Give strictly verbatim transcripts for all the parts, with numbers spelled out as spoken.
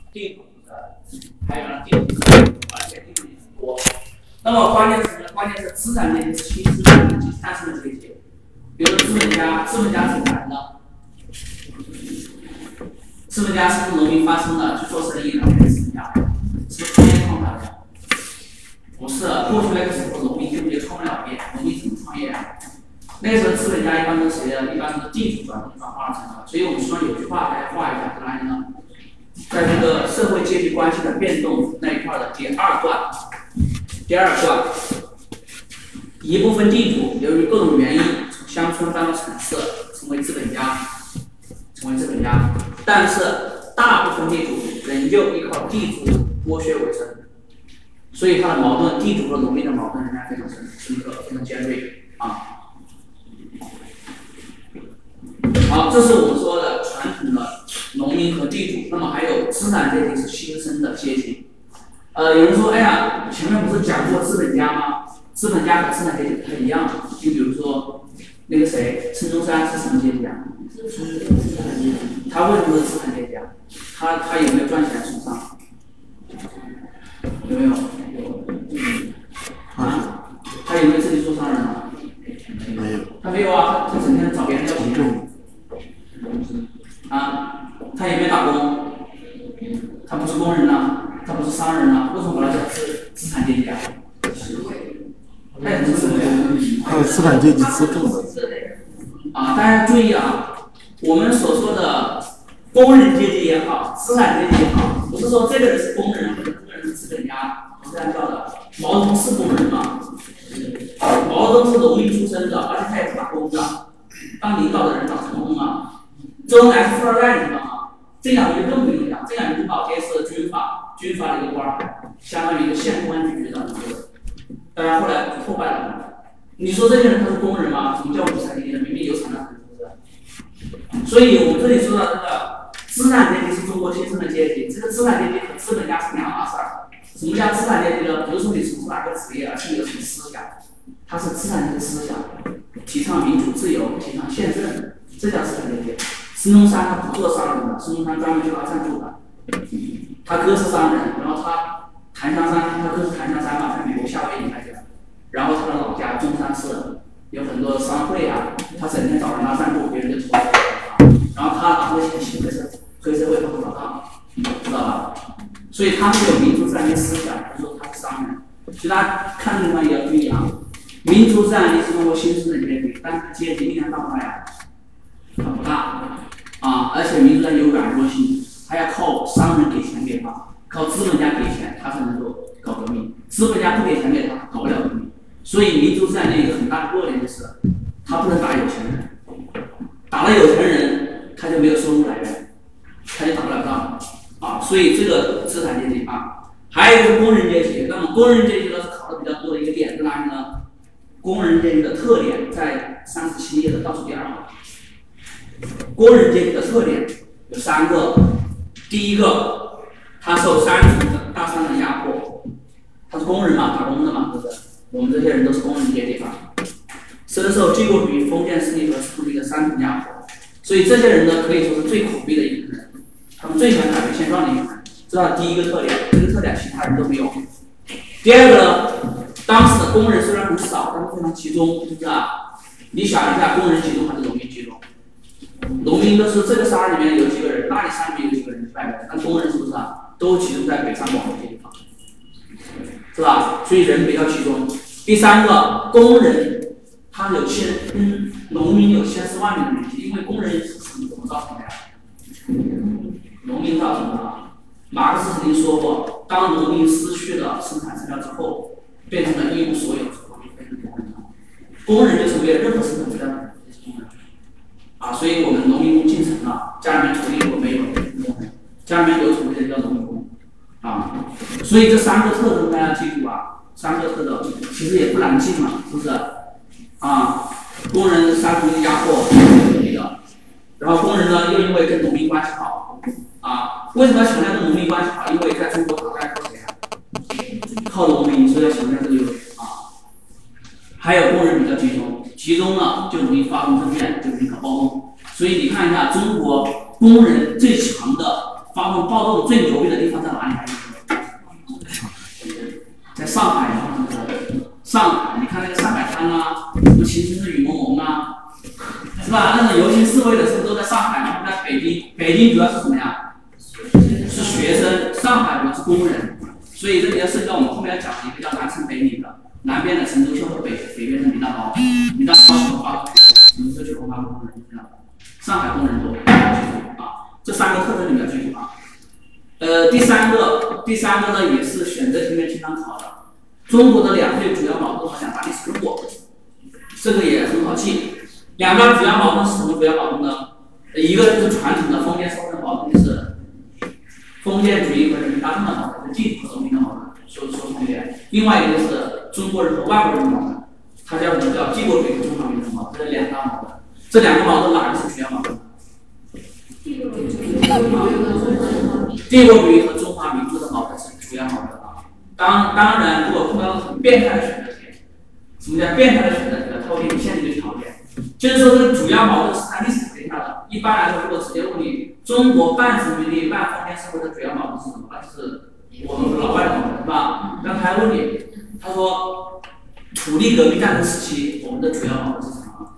地主的，还有呢地主，而且地主也很多。那么关键是什么？关键是资产阶级是新资产阶级、诞生的阶级。比如说资本家，资本家是哪人呢？资本家是不是农民翻身的去做生意的？还是资本家？是不是创业创办的？不是，过去那个时候农民根本就创不了业，农民怎么创业啊？那时候资本家一般都是谁的？一般都是地主转转化而成的。所以我们希望有句话大家画一下，在哪里呢？在这个社会阶级关系的变动那一块的第二段，第二段，一部分地主由于各种原因从乡村搬到城市，成为资本家，成为资本家，但是大部分地主仍旧依靠地主剥削为生，所以他的矛盾，地主和农民的矛盾仍然非常深深刻，非常尖锐啊。好，这是我们说的传统的农民和地主，那么还有资产阶级是新生的阶级。呃，有人说，哎呀，前面不是讲过资本家吗？资本家和资产阶级不太一样。就比如说那个谁，孙中山是什么阶级啊？他为什么是资产阶级啊？他他有没有赚钱从商？有没有？啊？他有没有自己做商人啊？ 没有。 他没有啊，他整天找别人要钱。啊，他有没有打工？他不是工人呐，他不是商人呐，为什么把他叫资资产阶级啊？他也不是资本， 他有资产阶级资助的。 啊，大家注意啊，我们所说的工人阶级也好，资产阶级也好，不是说这个人是工人或者这个人是资本家，不是这样叫的。毛泽东是工人吗？毛泽东是农民出身的，而且他也是打工的，当领导的人打成功了。周恩来是富二代，你知道吗？这两个就更不一样，这两个老爹是军阀，军阀的一个官儿，相当于一个县公安局局长的这个，当然后来破败了。你说这些人他是工人吗？怎么叫无产阶级的？明明有产的很，是不是？所以我们这里说的这个资产阶级是中国新生的阶级，这个资产阶级和资本家是两码事儿。什么叫资产阶级呢？不是说你从事哪个职业，而是你有什么思想，它是资产阶级思想，提倡民主自由，提倡宪政，这叫资产阶级。孙中山他不做商人的，孙中山专门去拉赞助的。他哥是商人，然后他檀香山，他哥是檀香山嘛，在美国夏威夷那边。然后他的老家中山市有很多商会啊，他整天找人拉赞助，别人就投资他。然后他把这些钱黑社黑社会帮他搞大，知道吧？所以他是有民族自然的思想，不是说他是商人。所以大家看这地方也要注意啊，民族自然力是中国新生的阶级，但是阶级力量大不大呀？它不大。啊，而且民主党有软弱性，还要靠商人给钱给他，靠资本家给钱，他才能够搞革命。资本家不给钱给他，搞不了革命。所以民主制的一个很大的弱点就是，他不能打有钱人，打了有钱人，他就没有收入来源，他就打不了仗啊。所以这个资产阶级啊，还有一个工人阶级。那么工人阶级呢是考的比较多的一个点在哪里呢？工人阶级的特点在三十七页的倒数第二行。工人阶级的特点有三个，第一个，他受三层的大商人压迫，他是工人嘛，打工的嘛，对不对？我们这些人都是工人阶级啊，深受帝国主义、封建势力和势力的三层压迫，所以这些人呢，可以说是最苦逼的一群人，他们最想改变现状的一群人，这是第一个特点，这个特点其他人都没有。第二个呢，当时的工人虽然很少，但是非常集中，是不是啊？你想一下，工人集中还是农民集中？农民都是这个山里面有几个人，那里山里面有几个人，几百个人，但工人是不是啊？都集中在北上广这些地方，是吧？所以人比较集中。第三个，工人他有千跟农民有千丝万缕的联系，因为工人是怎么造成的呀？农民造成的。马克思曾经说过，当农民失去了生产资料之后，变成了一无所有之后，就变成工人了。工人就是没有任何生产资料的这些工人。啊，所以我们农民工进城了，家里面土地如果没有，家里面有土地的叫农民工，啊，所以这三个特征大家记住啊，三个特征其实也不难记嘛，是不是？啊，工人三重压迫土地的，然后工人呢又因为跟农民关系好，啊，为什么要强调跟农民关系好？因为在中国打仗靠谁啊？靠农民，所以要强调这个优点啊。还有工人比较集中。集中了就容易发动政变，就容易搞暴动。所以你看一下，中国工人最强的发动暴动最牛逼的地方在哪里？在上海啊，上海，你看那个上海滩啊，什么秦时雨蒙蒙啊，是吧？那种游行示威的时候都在上海嘛，在北京，北京主要是什么呀？是学生，上海主要是工人，所以这里要涉及到我们后面要讲的一个叫南城北岭的，南边的陈独秀和北北边的李大钊，李大钊是文化工人，陈独秀是文化工人，这样，上海工人多，啊，这三个特征你们要记住啊。呃，第三个，第三个呢也是选择题里面经常考的，中国的两最主要矛盾和两大历史人物，这个也很好记。两大主要矛盾是什么主要矛盾呢？一个就是传统的封建社会的矛盾，就是封建主义和人民大众的矛盾，地主和农民的矛盾，说说同源。另外一个就是中国人和外国人的矛盾，它叫什么叫帝国主义和中华民族矛盾，这是两大矛盾。这两个矛盾哪个是主要矛盾？帝国主义和中华民族的矛盾是主要矛盾啊。当当然，如果碰到很变态的选择题，什么叫变态的选择题呢？它会给你限制一个条件，就是说这个主要矛盾是按历史定下的。一般来说，如果直接问你中国半殖民地半封建社会的主要矛盾是什么，那就是我们和老外的矛盾，是吧？那他还问你，他说土地革命战争时期我们的主要矛盾是什么？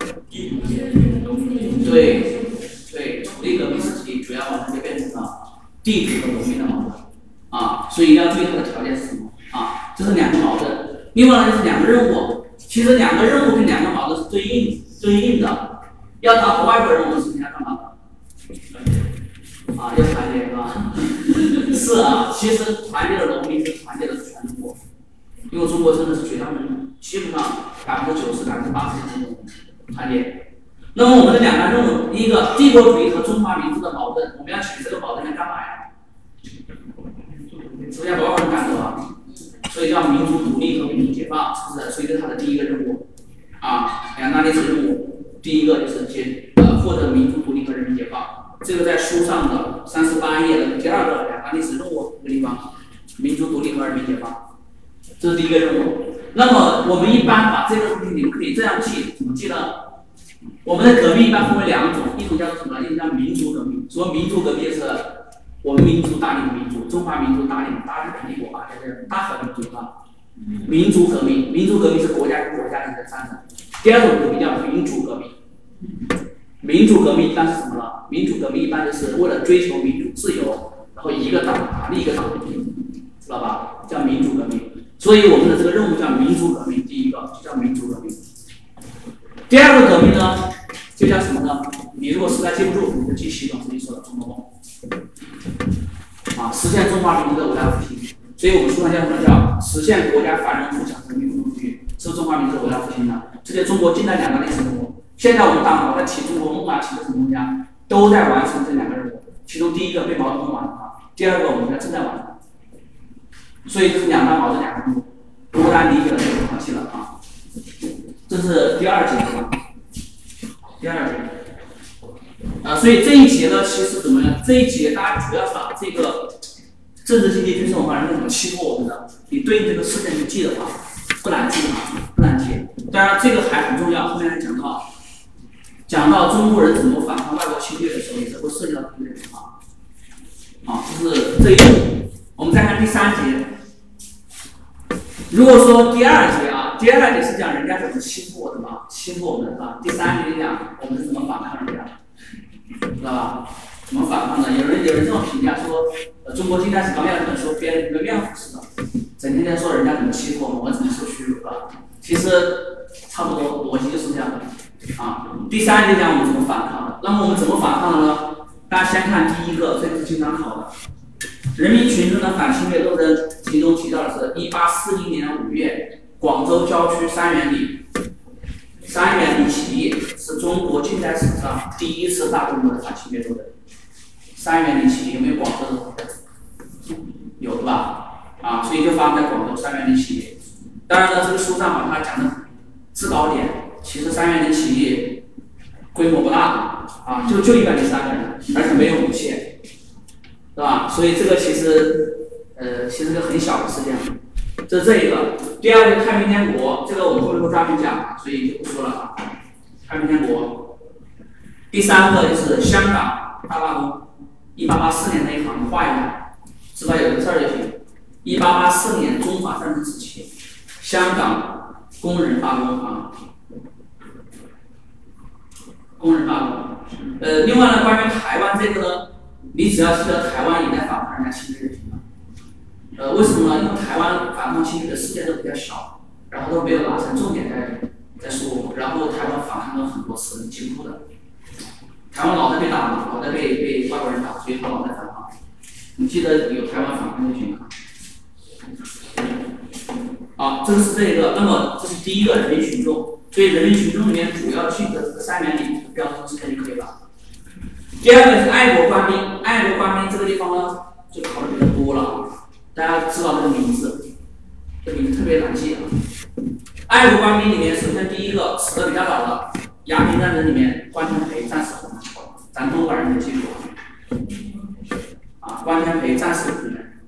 对。对，土地革命时期主要矛盾就变成了地主和农民的矛盾啊，所以一定要注意它的条件是什么啊？这是两个矛盾。另外呢，就是两个任务，其实两个任务跟两个矛盾是对应对应的。要打破外国人，我们首先要干嘛的？啊，要团结是吧？是啊，其实团结了农民，是团结了全中国，因为中国真的是绝大部分，基本上百分之九十、百分之八十的人团结。那么我们的两大任务，第一个帝国主义和中华民族的矛盾，我们要解决这个矛盾要干嘛呀？是不是要把外国人赶走啊？所以叫民族独立和民族解放，是不是？所以这是它的第一个任务啊，两大历史任务，第一个就是解呃获得民族独立和人民解放，这个在书上的三十八页的第二个两大历史任务这个地方，民族独立和人民解放，这是第一个任务。那么我们一般把这个东西你们可以这样记，怎么记呢？我们的革命一般分为两种，一种叫做什么呢？一种叫民族革命。说民族革命就是我们民族大领民族，中华民族大领大日本帝国啊，就是大和民族啊。民族革命，民族革命是国家跟国家之间的战争。第二种革命叫民主革命。民主革命一般是什么呢？民主革命一般就是为了追求民主自由，然后一个党打另一个党，知道吧？叫民主革命。所以我们的这个任务叫民族革命，第一个就叫民族革命。第二个革命呢，就叫什么呢？你如果实在记不住，你就记习总书记说的中国梦，啊，实现中华民族的伟大复兴。所以我们书上叫什么？叫实现国家繁荣富强、人民共同富裕，是中华民族的伟大复兴的。这些中国近代两大历史任务，现在我们党在提中国梦啊，提的什么东西啊，都在完成这两个任务。其中第一个被毛泽东完成了，第二个我们现在正在完成。所以这是两大矛盾两个任务，如果大家理解了就很好记了啊。这是第二节啊，第二节啊，所以这一节呢，其实怎么样？这一节大家主要是把这个政治经济军事文化人是怎么欺负我们的，你对应这个事件去记的话，不难记啊，不难记。当然这个还很重要，后面还讲到讲到中国人怎么反抗外国侵略的时候，也是会涉及到这个内容啊。啊，这是这一节。我们再看第三节。如果说第二节啊，第二节是讲人家怎么欺负我的嘛，欺负我们的是吧？第三节讲我们是怎么反抗人家，知道吧？怎么反抗的？有人有人这种评价说，呃，中国近代史纲要这本书编的跟面腐似的，整天在说人家怎么欺负我们，我们怎么受屈辱，是吧？其实差不多逻辑就是这样的啊。第三节讲我们怎么反抗的，那么我们怎么反抗的呢？大家先看第一个，这个是经常考的。人民群众的反侵略斗争，其中提到的是一八四零年五月，广州郊区三元里，三元里起义是中国近代史上第一次大规模的反侵略斗争。三元里起义有没有广州的？有的吧？啊，所以就发生在广州三元里起义。当然呢，这个书上把它讲的制高点，其实三元里起义规模不大啊，就就一百零三个人，而且没有武器。是吧？所以这个其实，呃，其实是个很小的事件。这是这一个。第二个太平天国，这个我们后面会专门讲，所以就不说了啊。太平天国。第三个就是香港大罢工， 一八八四年那一行画一下，知道有个字儿就行。一八八四年中法战争时期，香港工人罢工啊，工人罢工。呃，另外呢，关于台湾这个呢，你只要记得台湾也在反抗人家侵略就行了。呃，为什么呢？因为台湾反抗侵略的事件都比较小，然后都没有拿成重点在在说，然后台湾反抗了很多次，很辛苦的。台湾老在被打嘛，老在被被外国人打，所以他老在反抗。你记得有台湾反抗就行了。好，这个是这个，那么这是第一个人民群众，所以人民群众里面主要记得这个三元里标准事件就可以了。第二个是爱国官兵，爱国官兵这个地方呢就考的比较多了，大家知道这个名字，这名字特别难记啊。爱国官兵里面，首先第一个死的比较早的，鸦片战争里面关天培战死了，咱东莞人也记住啊，关天培战死了。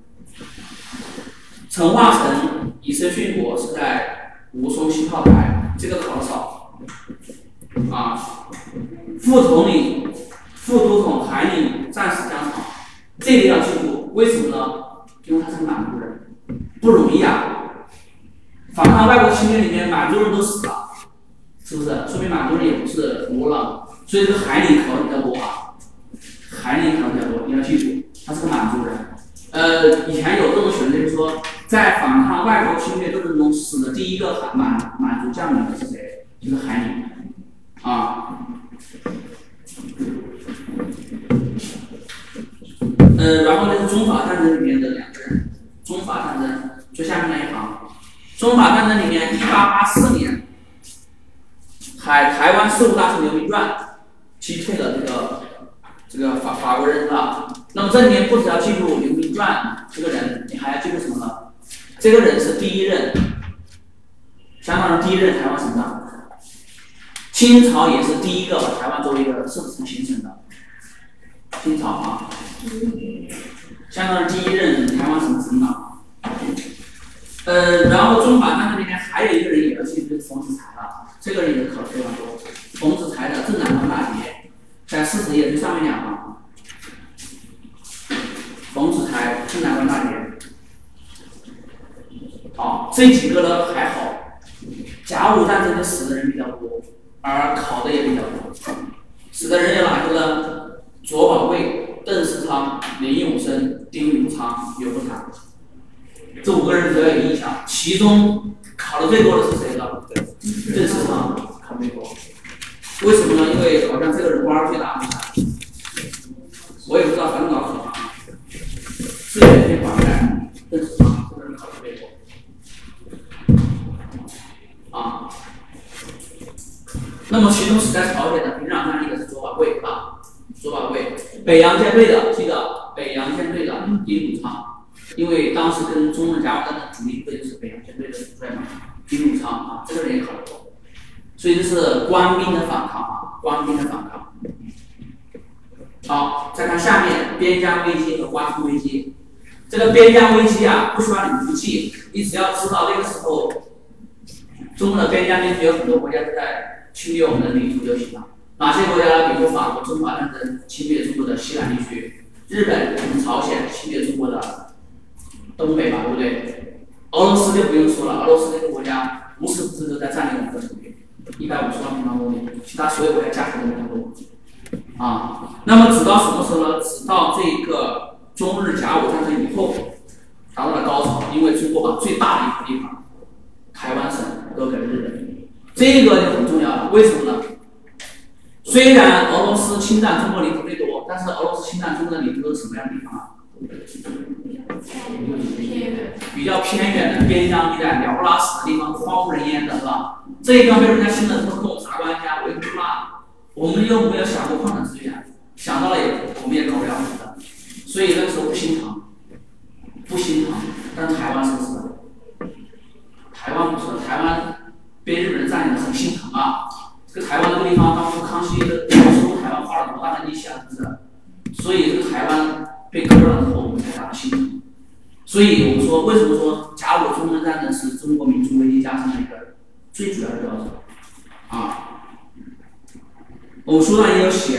陈化成、以身殉国是在吴淞西炮台，这个考的少啊。副统领、副都统韩宁战死疆场，这个要记住，为什么呢？因为他是个满族人，不容易啊。反抗外国侵略里面，满族人都死了，是不是？说明满族人也不是活了，所以这个韩宁考的比较多啊。韩宁考的比较多，你要记住，他是个满族人。呃，以前有这种学就是说，在反抗外国侵略斗争中死的第一个满满族将领是谁？就是韩宁啊。呃，然后就是中法战争里面的两个人，中法战争最下面那一行，中法战争里面，一八八四年，海台湾事务大臣刘铭传击退了这个这个法法国人了。那么这里面不只要记住刘铭传这个人，你还要记住什么呢？这个人是第一任，相当于第一任台湾省长。清朝也是第一个把台湾作为一个设置成行省的。清朝啊，相当于第一任台湾省省长。呃，然后中法战争里面还有一个人也要记住，就是冯子材了。这个人也考的非常多。冯子材的《正南关大捷》在四十页最上面两行。冯子材《正南关大捷》。好，这几个呢还好。甲午战争的死的人比较多，而考的也比较多。死的人有哪个呢？左宝贵、邓世昌、林永生、丁汝昌、刘伯坦，这五个人都要有印象。其中考的最多的是谁呢？邓世昌考最多。为什么呢？因为好像这个人官儿最大，我也不知道，反正老考啊。资源最广泛，邓世昌这个人考的最多。啊，那么其中死在朝鲜的平壤战役的是左宝贵啊。左宝贵，北洋舰队的，记得北洋舰队的丁汝昌，因为当时跟中日甲午战争主力部队就是北洋舰队的主帅嘛，丁汝昌啊，这个人也考得过，所以这是官兵的反抗啊，官兵的反抗。好，再看下面边疆危机和瓜分危机。这个边疆危机啊，不需要你去记，你只要知道那个时候中国的边疆地区有很多国家是在侵略我们的领土就行了。哪些国家呢？比如说法国中法战争侵略中国的西南地区，日本跟朝鲜侵略中国的东北吧，对不对？俄罗斯就不用说了，俄罗斯这个国家无时不时都在占领我们的土地，一百五十万平方公里，其他所有国家加起来都不多啊。那么直到什么时候呢？直到这个中日甲午战争以后达到了高潮，因为中国把最大的一个地方台湾省都给了日本，这个就很重要了。为什么呢？虽然俄罗斯侵占中国领土最多，但是俄罗斯侵占中国的领土都是什么样的地方啊？比较偏远的边疆地带，鸟不拉屎的地方，荒无人烟的是吧？这一地方被人家侵了之后，跟我们啥关系啊？我也不怕，我们又没有想过矿产资源，想到了也我们也搞不了的，所以那个时候不心疼，不心疼。但是台湾是不是？台湾不是，台湾被日本人占领的很心疼啊。这个台湾这个地方，当初康熙的收复台湾花了多大的力气啊，是不是？所以这个台湾被割了之后，我们才打心疼。所以我们说，为什么说甲午中日战争是中国民族危机加深的一个最主要的标准啊？我们书上也有写啊，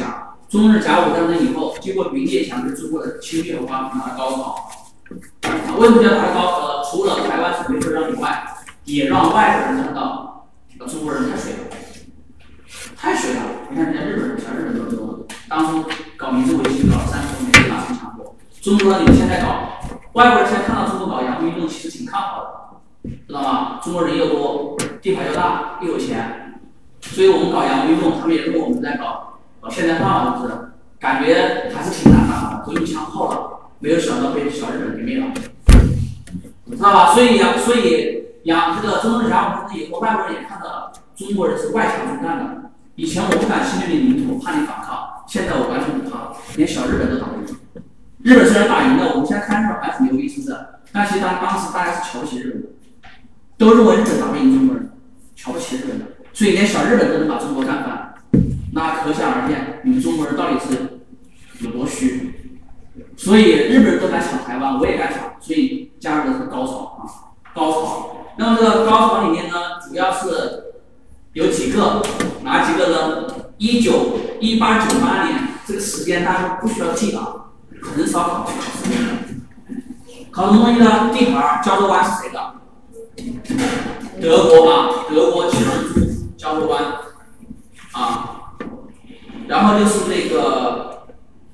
中日甲午战争以后，经过与列强对中国的侵略和瓜分，它的高潮。啊，为什么叫它的高潮呢？除了台湾是没受伤以外，也让外国人看到，中国人太水了，太水了。你看人家日本人，全日本都说，当初搞明治维新搞了三十多年，没哪成强过。中国呢，你们现在搞，外国人现在看到中国搞洋务运动，其实挺看好的，知道吗？中国人又多，地盘又大，又有钱，所以我们搞洋务运动，他们也认为我们在搞搞现代化嘛，是不是？感觉还是挺难打的，都用枪炮了，没有想到被小日本给灭了，知道吧？所以呀，所以呀，这个中日甲午战争以后，外国人也看到了中国人是外强中干的。以前我不敢侵略你领土，怕你反抗，现在我完全不怕了，连小日本都打不赢。日本虽然打赢了，我们现在看日本还很牛逼，是不是？但其实当当时大家是瞧不起日本的，都认为日本打不赢中国人，瞧不起日本的，所以连小日本都能把中国干翻，那可想而知，你们中国人到底是有多虚。所以日本人都敢抢台湾，我也敢抢，所以加入的是高潮啊，高潮。那么这个高潮里面呢，主要是有几个，哪几个呢？一九一八九八年这个时间大家不需要记啊，很少考考时间的。考什么东西呢？地盘，胶州湾是谁的？德国啊，德国七人组胶州湾啊，然后就是那个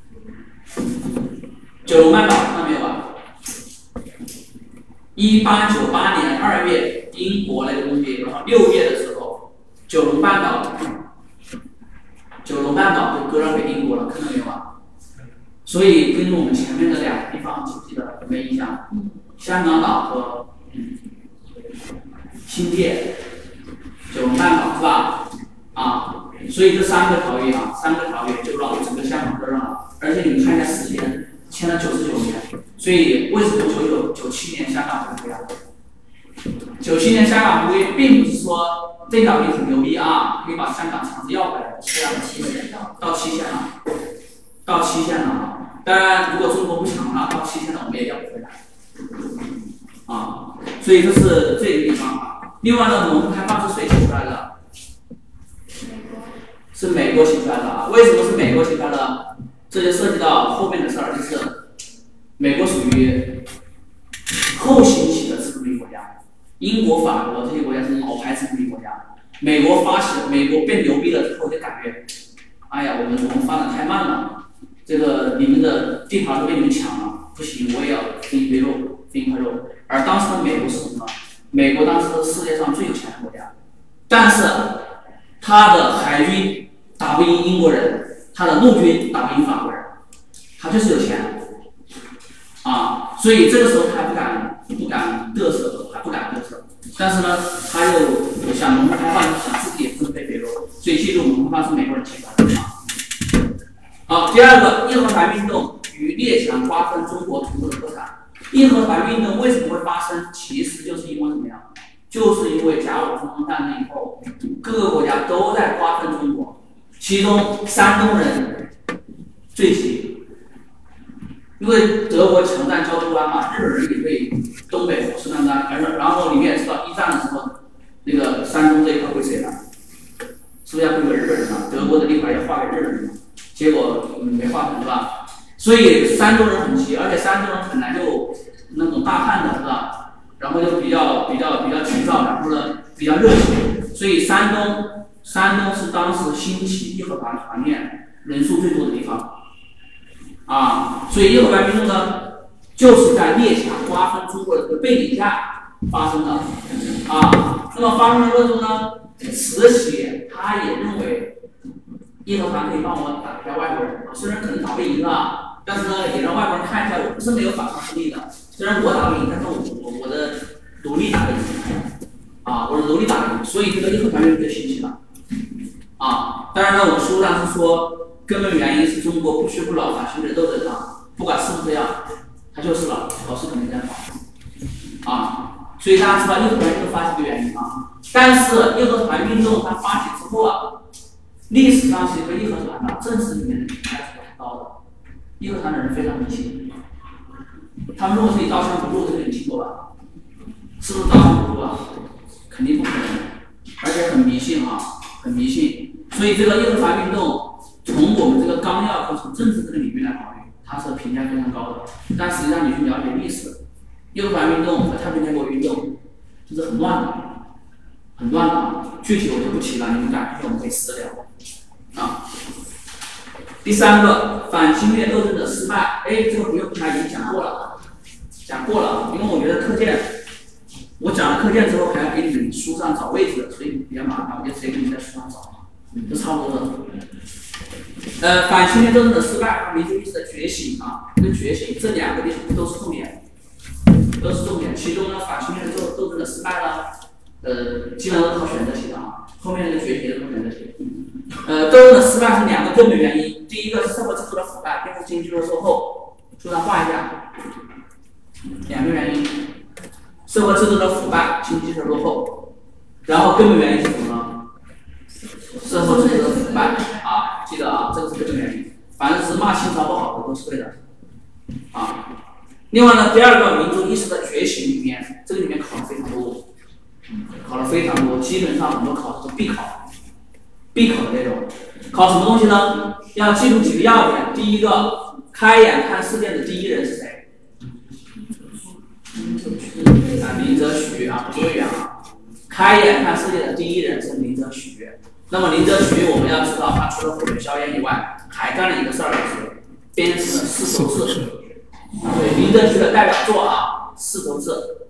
九龙半岛，看到没有吧？一八九八年二月，英国那个东西，然后六月的时候，九龙半岛，九龙半岛就割让给英国了，看到没有啊？所以跟我们前面的两个地方记不记得？有没有印象？香港岛和新界，九龙半岛是吧？啊，所以这三个条约啊，三个条约就让整个香港割让了，而且你们看一下时间。签了九十九年，所以为什么九九九七年香港回归啊？九七年香港回归，并不是说这岛也很牛逼啊，可以把香港强制要回来，是啊，期限到期限了，到期限了啊！当然，如果中国不强了，到期限了我们也要不回来啊。所以这是这个地方啊。另外呢，农村开放是谁提出来的？是美国提出来的啊。为什么是美国提出来的？这就涉及到后面的事儿，就是美国属于后兴起的资本主义国家，英国、法国这些国家是老牌资本主义国家。美国发起，美国变牛逼了之后就感觉，哎呀，我们我们发展太慢了，这个你们的地盘都被你们抢了，不行，我也要分一杯肉，分一块肉。而当时的美国是什么？美国当时是世界上最有钱的国家，但是他的海军打不赢英国人。他的陆军打不赢法国人，他就是有钱啊，所以这个时候他还不敢不敢嘚瑟，还不敢嘚瑟。但是呢，他又想农村开放，想自己也分配肥肉，所以记住，农村开放是美国人提出来的啊。好，第二个，义和团运动与列强瓜分中国土地的特产。义和团运动为什么会发生？其实就是因为怎么样？就是因为甲午战争以后，各个国家都在瓜分中国。其中山东人最急，因为德国强占胶州湾嘛，日本人也被东北虎视眈眈，而然后你们也知道一战的时候，那个山东这一块归谁了？是不是要归给日本人了？德国的地盘要划给日本人了，结果、嗯、没划成是吧？所以山东人很急，而且山东人本来就那种大汉的是吧？然后就比较比较比较急躁，然后呢比较热情，所以山东。山东是当时兴起义和团团练人数最多的地方，啊，所以义和团运动呢，就是在列强瓜分中国的这个背景下发生的，啊，那么发生的过程中呢，慈禧他也认为义和团可以帮我打一下外国人，虽然可能打不赢啊，但是呢，也让外国人看一下我不是没有反抗实力的，虽然我打不赢，但是我我我的努力打得赢，啊，我的努力打得赢，所以这个义和团运动就兴起了。啊，当然呢，我书上是说，根本原因是中国不屈不挠，反修炼斗争啊，不管是不是这样，它就是了，考试肯定在考啊，所以大家知道义和团运动发起的原因啊，但是义和团运动它发起之后啊，历史上其实义和团的政治里面的评价是很高的，义和团的人非常迷信，他们认为自己刀枪不入，这个你听过吧？是不是刀枪不入啊？肯定不可能，而且很迷信啊，很迷信。所以这个义和团运动从从我们这个纲要和从政治这个领域来考虑，它是评价非常高的。但实际上你去了解历史，右派运动和太平天国运动就是很乱的，很乱的。具体我就不提了，你们感兴趣我们可以私聊啊。第三个，反侵略斗争的失败，哎，这个不用他已经讲过了，讲过了，因为我觉得课件，我讲了课件之后还要给你们书上找位置，所以比较麻烦，我就直接给你们在书上找，就差不多了。呃，反侵略斗争的失败和民族意识的觉醒啊，跟觉醒这两个地方都是重点，都是重点。其中呢，反侵略斗斗争的失败呢，呃，基本上都靠选择题的啊，后面那个学习都靠选择题。呃，斗争的失败是两个根本原因，第一个是社会制度的腐败，第二个是经济制度的落后。书上画一下，两个原因：社会制度的腐败，经济制度的落后。然后根本原因是什么呢？社会制度的腐败啊，记得啊，这个是根本原因。反正是骂清朝不好的都是对的啊。另外呢，第二个民族意识的觉醒里面，这个里面考的非常多，考了非常多，基本上很多考试都必考，必考的内容。考什么东西呢？要记住几个要点。第一个，开眼看世界的第一人是谁？啊，林则徐啊，不对啊。开眼看世界的第一人是林则徐。那么林则徐我们要知道，他除了火腿硝烟以外，还干了一个事儿，就是编制了四轴制。对，林则徐的代表作啊，四轴制。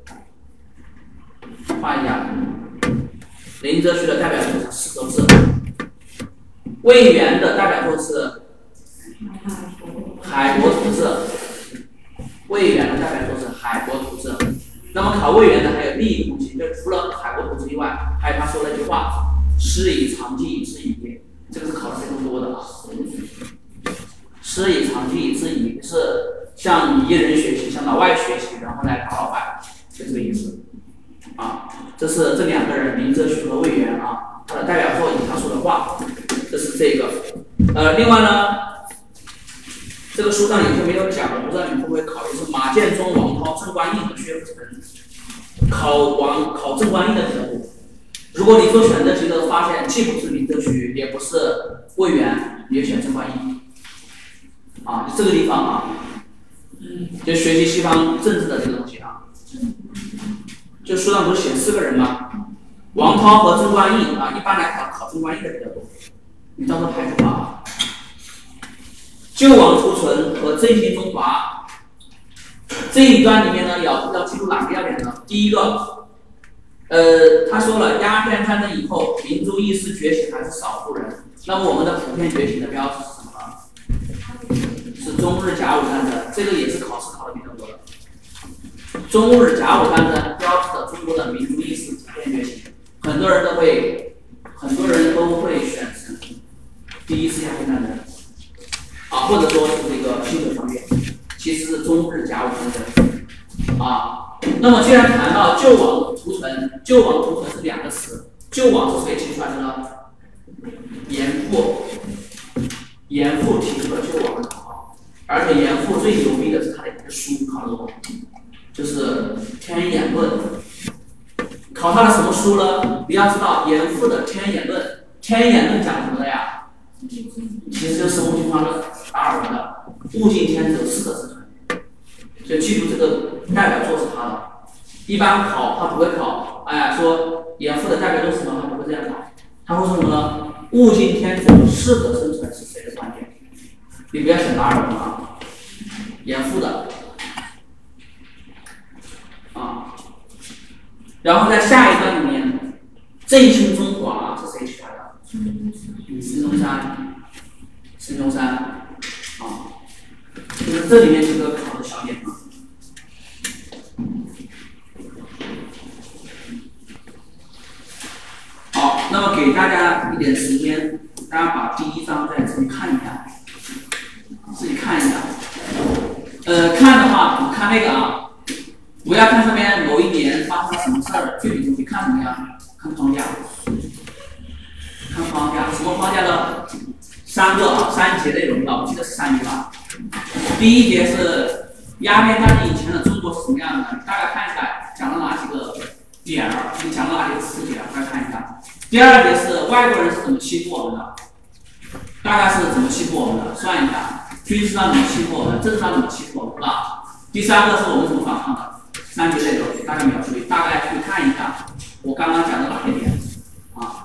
画一下，林则徐的代表作是四轴制。魏源的代表作是海国图志。魏源的代表作是海国图志。那么考魏源的还有另一个东西，就除了海国图志以外，还有他说了一句话：“师以长技以制夷。”这个是考的非常多的啊。师以长技以制夷是向夷人学习，向老外学习，然后来打老外，就这个意思啊。这是这两个人，林则徐和魏源啊，他的代表作以他说的话。这是这个，呃，另外呢，这个书上有些没有讲的，不知道你们会不会考虑是马建忠、王涛、郑观应和薛福成，考王考郑观应的比较多。如果你做选择题的发现，既不是林则徐，也不是魏源，你就选郑观应。啊，就这个地方啊，就学习西方政治的这个东西啊。就书上不是写四个人吗？王涛和郑观应啊，一般来考考郑观应的比较多。你到时候排除啊。救亡图存和振兴中华这一段里面呢，要要记住哪个要点呢？第一个，呃，他说了，鸦片战争以后，民族意识崛起还是少数人。那么我们的普遍崛起的标志是什么呢？是中日甲午战争，这个也是考试考的比较多的。中日甲午战争标志着中国的民族意识普遍崛起，很多人都会，很多人都会选择第一次鸦片战争，啊，或者说是这个新九方面，其实是中日甲午战争，啊。那么既然谈到救亡图存，救亡图存是两个词，救亡是谁提出来的呢？严复，严复提出了救亡的口号，而且严复最牛逼的是他的一个书，考了我，就是《天演论》。考他的什么书呢？你要知道严复的《天演论》，《天演论》讲什么的呀？其实就是物竞天择，达尔文的“物竞天择，适者生存”。就记住这个代表作是他的。一般考他不会考，哎，说严复的代表作是什么？他不会这样考，他会说什么呢？“物竞天择，适者生存”是谁的观点？你不要选达尔文啊，严复的啊。然后在下一段里面，振兴中华是谁提出来的？孙中山，孙中山，啊，就是这里面这个考的小点嘛。好，那么给大家一点时间，大家把第一章再自己看一下，自己看一下。呃，看的话，我们看那个啊，不要看上面某一年发生了什么事儿，具体东西看什么呀？看框架。看框架，什么框架呢？三个啊，三节内容的，我记得是三节吧。第一节是鸦片战争以前的中国是什么样的？大概看一下，讲了哪几个点儿？你讲了哪几个词节？大家看一下。第二节是外国人是怎么欺负我们的？ 大概是怎么欺负我们的？算一下，军事上怎么欺负我们，政治上怎么欺负我们，是吧？第三个是我们怎么反抗的，三级内容大概描述，大概去看一下我刚刚讲的哪些点啊。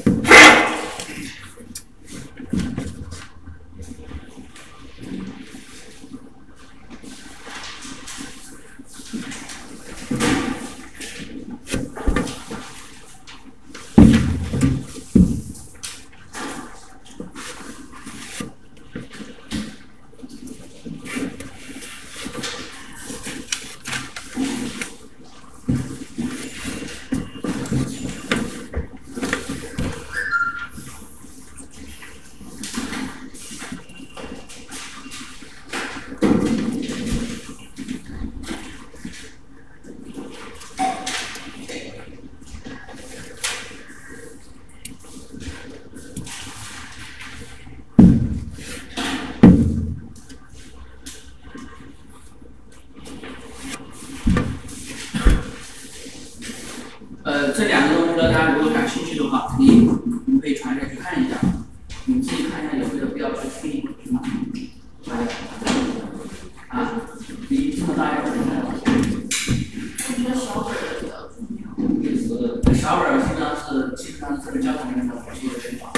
呃，这两个东西呢，大家如果感兴趣的话，可以你们可以传下去看一下，你们自己看一下有没有必要去听是吗？啊，你这么大一个人了。 我觉得小本儿比较重要。 小本儿实际上是基本上是这个教材里面的核心的方法。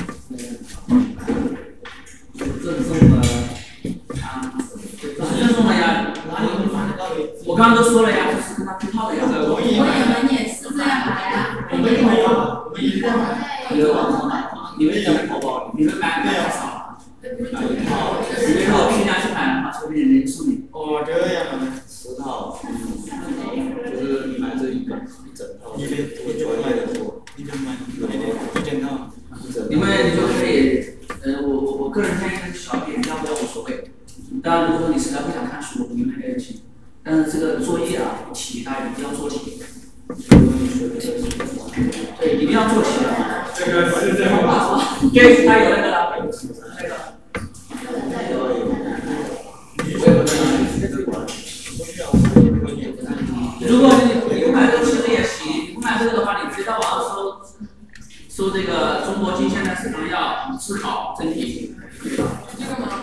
赠送的啊，赠送的呀，我刚刚都说了呀，这是跟他配套的呀。 我以为你也是这样来呀。 我们也没有，我们也买。 你们也买淘宝，你们买买太少了。你们如果批量去买的话，说不定人家送你。 哦，这样啊。 十套，就是你买这一本一整套， 一边一边买的多，一边买一边一整套。 你们你就可以，呃，我我我个人建议是小点，要不要无所谓。当然，如果说你实在不想看书，你们可以请。但是这个作业啊，题大家一定要做题。对，一定要做题。 这个是这样吧？ 对，它有那个了，那个。如果你你不买这个其实也行，你不买这个的话，你直接到网上搜搜这个中国近现代史纲要思考真题。 这个吗？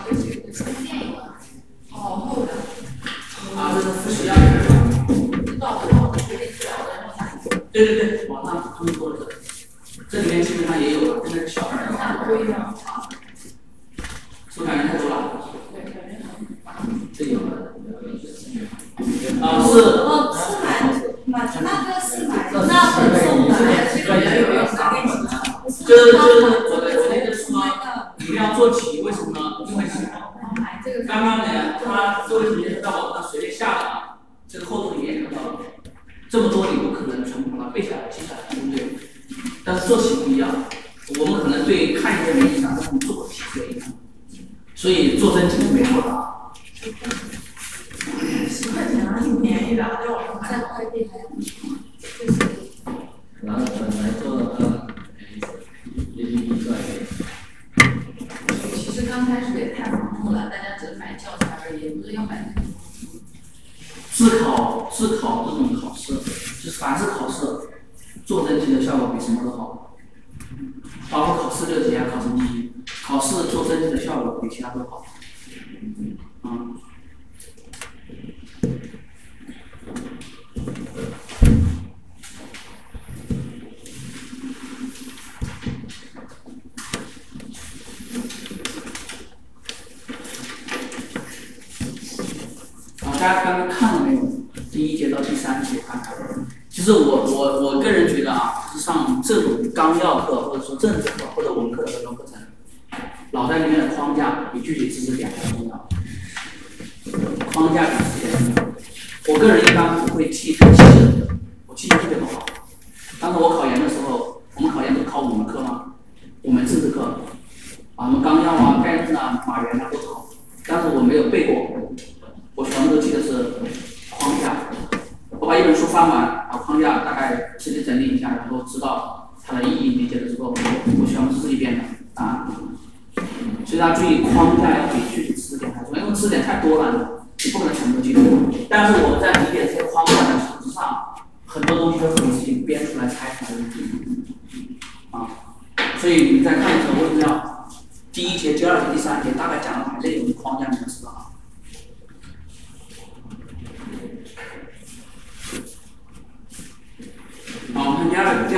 好厚的。 啊，这是复习要的。 知道我到学里去了， 对对对，网上他们说的，这里面基本上也有了，真的是小本儿的。 那不一样。 是不是感觉太多了？ 对，感觉这有了。啊，是。 哦，是买买那个是买那本送的， 这个也有用的。 就是就是我的我的意思是说，一定要做题，为什么呢？因为刚刚呢，他这位同学是在网上随便下的啊，这个厚度你也看到了，这么多你不可能全部把它背下来、记下来，对不对？但是做题不一样，我们可能对看一个没影响，但是你做过题是有影响，所以做真题是没错的啊。 十块钱啊，挺便宜的，在网上买。 快递还然后本来做的话，也就一块钱。 其实刚开始也太盲目了，大家只是买教材而已，不是要买那个。 自考自考这种考试，就是凡是考试，做真题的效果比什么都好，包括考四六级啊、考什么题，考试做真题的效果比其他都好。嗯。大家刚刚看了没有？第一节到第三节看看。其实我我我个人觉得啊，就是上这种纲要课或者说政治课或者文科的很多课程，脑袋里面的框架比具体知识点还重要。框架比知识点重要。我个人一般不会记太细的，我记性特别不好。当时我考研的时候，我们考研不是考五门课吗？五门政治课，啊，什么纲要啊、概论啊、马原啊都考，但是我没有背过。我全部都记得是框架，我把一本书翻完，把框架大概自己整理一下，然后知道它的意义，理解了之后，我全部是自己编的啊。所以大家注意，框架要比具体知识点还重要，因为知识点太多了，你不可能全部都记住。但是我们在理解这些框架的基础之上，很多东西都是你自己编出来、猜出来的啊。所以你再看一下，为什么要第一节、第二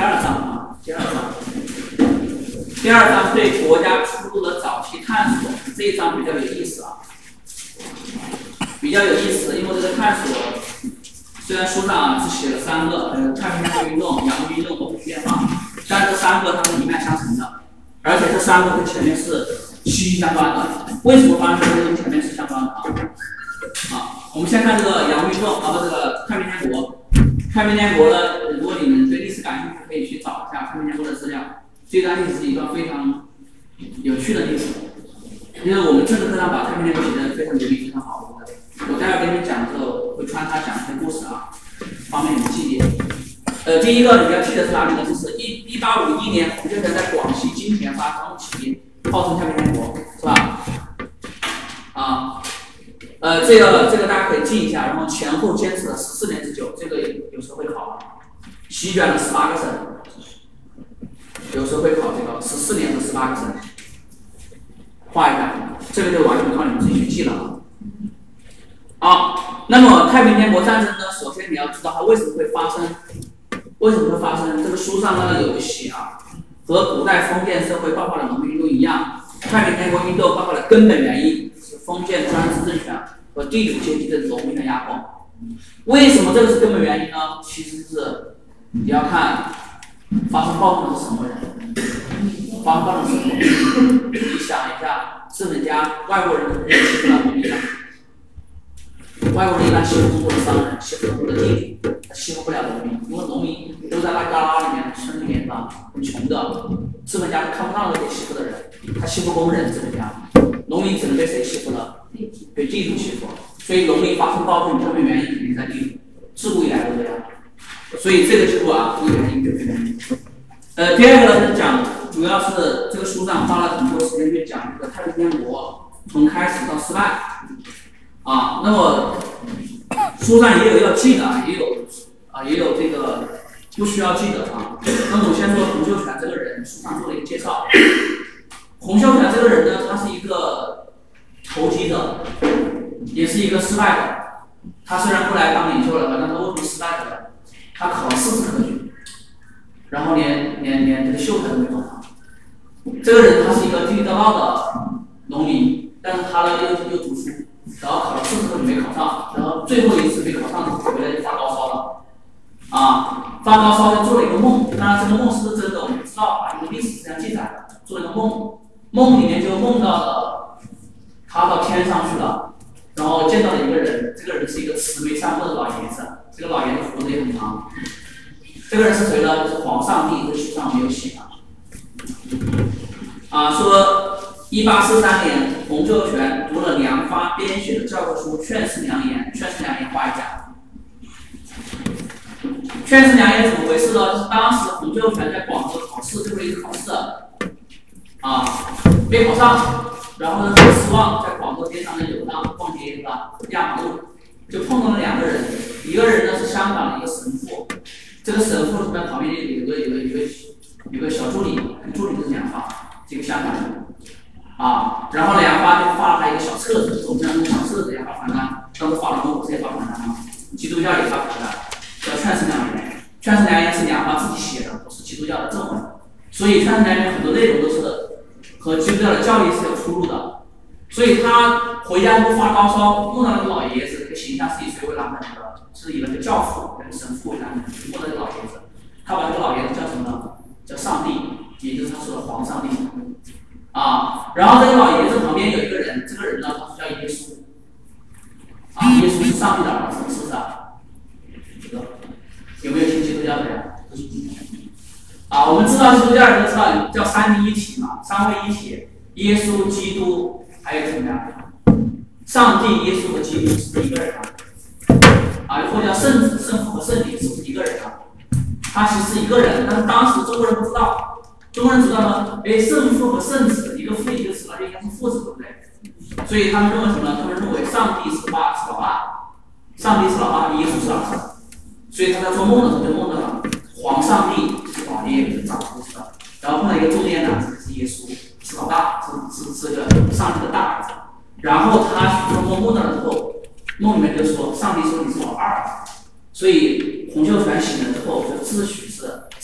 二章啊，第二章，第二章对国家出路的早期探索，这一章比较有意思啊，比较有意思，因为这个探索虽然书上啊只写了三个，呃，太平洋运动、洋务运动和普遍化，但这三个它是一脉相承的，而且这三个跟前面是息息相关的。为什么发生跟前面是相关的啊？啊，我们先看这个洋务运动，啊，不，这个太平天国。太平天国呢，如果你们对历史感兴趣，可以去找一下太平天国的资料。这段历史是一段非常有趣的历史，因为我们政治课上把太平天国写的非常流利，非常好。我待会儿跟你们讲的时候会穿插讲一些故事啊，方便你们记忆。呃，第一个你要记得是哪里呢？就是一一八五一年，洪秀全在广西金田发生起义，号称太平天国，是吧？啊。呃，这个这个大家可以记一下，然后前后坚持了十四年之久，这个有时候会考，席卷了十八个省，有时候会考这个十四年和十八个省，画一下，这个就完全靠你们自己去记了。好，那么太平天国战争呢，首先你要知道它为什么会发生，为什么会发生？这个书上呢有写啊，和古代封建社会爆发的农民运动一样，太平天国运动爆发的根本原因是封建专制政权和地主阶级对农民的压迫。为什么这个是根本原因呢？其实是你要看发生暴动的是什么人，发生暴动的是什么人。你想一下，资本家、外国人欺负了农民吗？外国人一般欺负中国的商人，欺负中国的地主，他欺负不了农民，因为农民都在那旮旯里面、村里面吧，很穷的，资本家是看不上那些欺负的人，他欺负工人，资本家，农民只能被谁欺负呢？被地主欺负。所以农民发生暴动，根本原因肯定在地主，自古以来都这样。所以这个结果啊，一个原因就是原因。呃，第二个呢是讲，主要是这个书上花了很多时间去讲这个太平天国从开始到失败。啊，那么书上也有要记的，也有啊，也有这个不需要记的啊。那么我先说洪秀全这个人，书上做了一个介绍。洪秀全这个人呢，他是一个投机者，也是一个失败者。他虽然后来当领袖了，但他为什么失败了？他考了四次科举，然后连连连这个秀才都没考上。这个人他是一个地地道道的农民，但是他呢又又读书。然后考了四次科举没考上，然后最后一次没考上之后回来就发高烧了，啊，发高烧就做了一个梦，当然这个梦是不是真的我们不知道啊，因为历史是这样记载的，做了一个梦，梦里面就梦到了他到天上去了，然后见到了一个人，这个人是一个慈眉善目的老爷子，这个老爷子胡子也很长，这个人是谁呢？就是皇上帝，这书上没有写啊，啊说。一八四三年，洪秀全读了梁发编写的教科书《劝世良言》。劝世良言画一下。劝世良言怎么回事呢？就是当时洪秀全在广州考试，最后一次考试，啊，没考上，然后呢很失望，在广州街上呢游荡逛街是吧？压马路，就碰到了两个人，一个人呢是香港的一个神父，这个神父在旁边有个有个有个有个小助理，助理是梁发，这个香港人。啊，然后梁发就发了他一个小册子，我们讲那个小册子也发传单，当时发了中国也发传单嘛，基督教也发传单，叫《劝世良言》。《劝世良言》是梁发自己写的，不是基督教的正文，所以《劝世良言》很多内容都是和基督教的教义是有出入的。所以他回家后发高烧，梦到那个老爷子，这个形象是以谁为蓝本的？是以那个教父、那个神父为蓝本，梦到这个老爷子，他把这个老爷子叫什么呢？叫上帝，也就是他说的皇上帝。啊，然后这个老爷子旁边有一个人，这个人呢，他是叫耶稣。啊，耶稣是上帝的儿子，是不是啊？这个有没有信基督教的呀？啊，我们知道基督教人都知道叫三位一体嘛，三位一体，耶稣、基督，还有什么呀？上帝、耶稣和基督是不是一个人啊？啊，或者叫圣子、圣父和圣灵是不是一个人啊？他其实是一个人，但是当时中国人不知道。中国人知道呢，哎，圣父和圣子，一个父一个子，那就应该是父子，对不对？所以他们认为什么呢？他们认为上帝是爸是老爸，上帝是老爸，耶稣是儿子。所以他在做梦的时候就梦到了皇上帝是老爷爷长胡子的，然后碰到一个中年男子是耶稣，是老大，是是是个上帝的大儿子。然后他做梦梦到了之后，梦里面就说上帝说你是我二儿子，所以洪秀全醒了之后就自诩是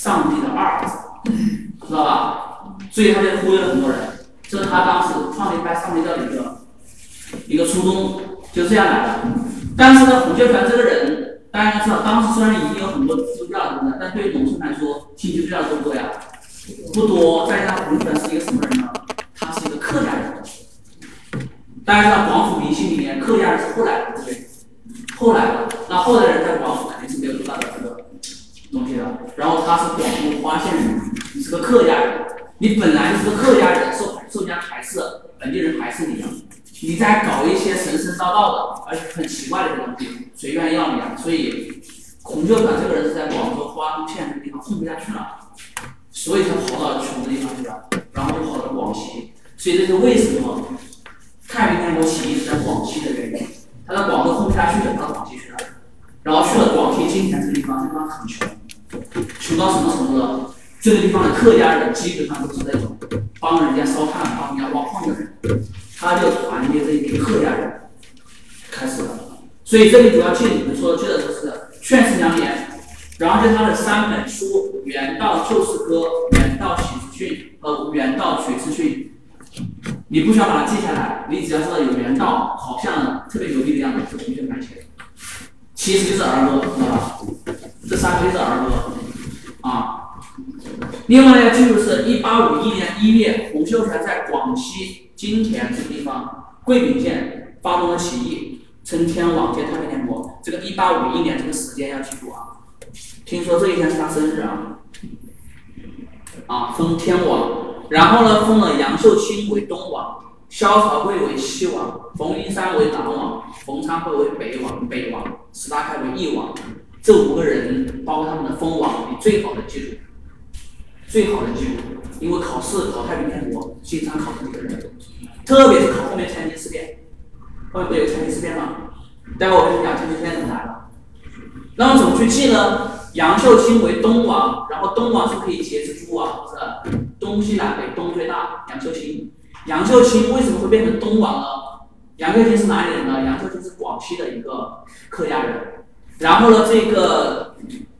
上帝的二儿子，知道吧？所以他就忽悠了很多人，这是他当时创立拜上帝教的一个一个初衷，就这样来的。但是呢，洪秀全这个人，大家知道，当时虽然已经有很多基督教的人，但对于农村来说，信基督教的多不多呀？不多。再加上洪秀全是一个什么人呢？他是一个客家人。大家知道广府迷信里面，客家人是后来的，对不对？后来的，那后来的人在广府肯定是没有多大的这个东西的。然后他是广东花县人，你是个客家人，你本来就是个客家人，受受人家排斥，本地人排斥你的。你在搞一些神神叨叨的，而且很奇怪的东西，谁愿意要你啊？所以孔秀全这个人是在广州花都县这个地方混不下去了，所以他跑到穷的地方去了，然后就跑到广西。所以这是为什么太平天国起义是在广西的原因。他在广州混不下去了，到广西去了，然后去了广西今天这个地方，这个地方很穷，穷到什么程度呢？这个地方的客家人基本上都是那种帮人家烧炭、帮人家挖矿的人。他就团结这一批客家人开始了，所以这里主要记你们说记得就是劝世良言，然后就他的三本书《原道救世歌》《原道启示训》和《原道取次训》，你不需要把它记下来，你只要知道有原道，好像特别牛逼的样子，是同学们写的，其实就是儿歌，知道吧？这三个就是儿歌啊。另外要记住是一八五一年一月，洪秀全在广西金田这个地方桂平县发动了起义，称天网建太平天国。这个一八五一年这个时间要记住啊。听说这一天是他生日啊，啊，封天王，然后呢封了杨秀清为东王，萧朝贵为西王，冯云山为南王，冯昌会为北王，北王，石达开为义王。这五个人包括他们的封王，你最好的记住。最好的记住，因为考试考太平天国经常考这几个人，特别是考后面天津事变，后面不有天津事变吗？待会我跟你讲天津事变怎么来的。那么怎么去记呢？杨秀清为东王，然后东王是可以节制诸王，是东西南北东最大。杨秀清，杨秀清为什么会变成东王呢？杨秀清是哪里人呢？杨秀清是广西的一个客家人。然后呢，这个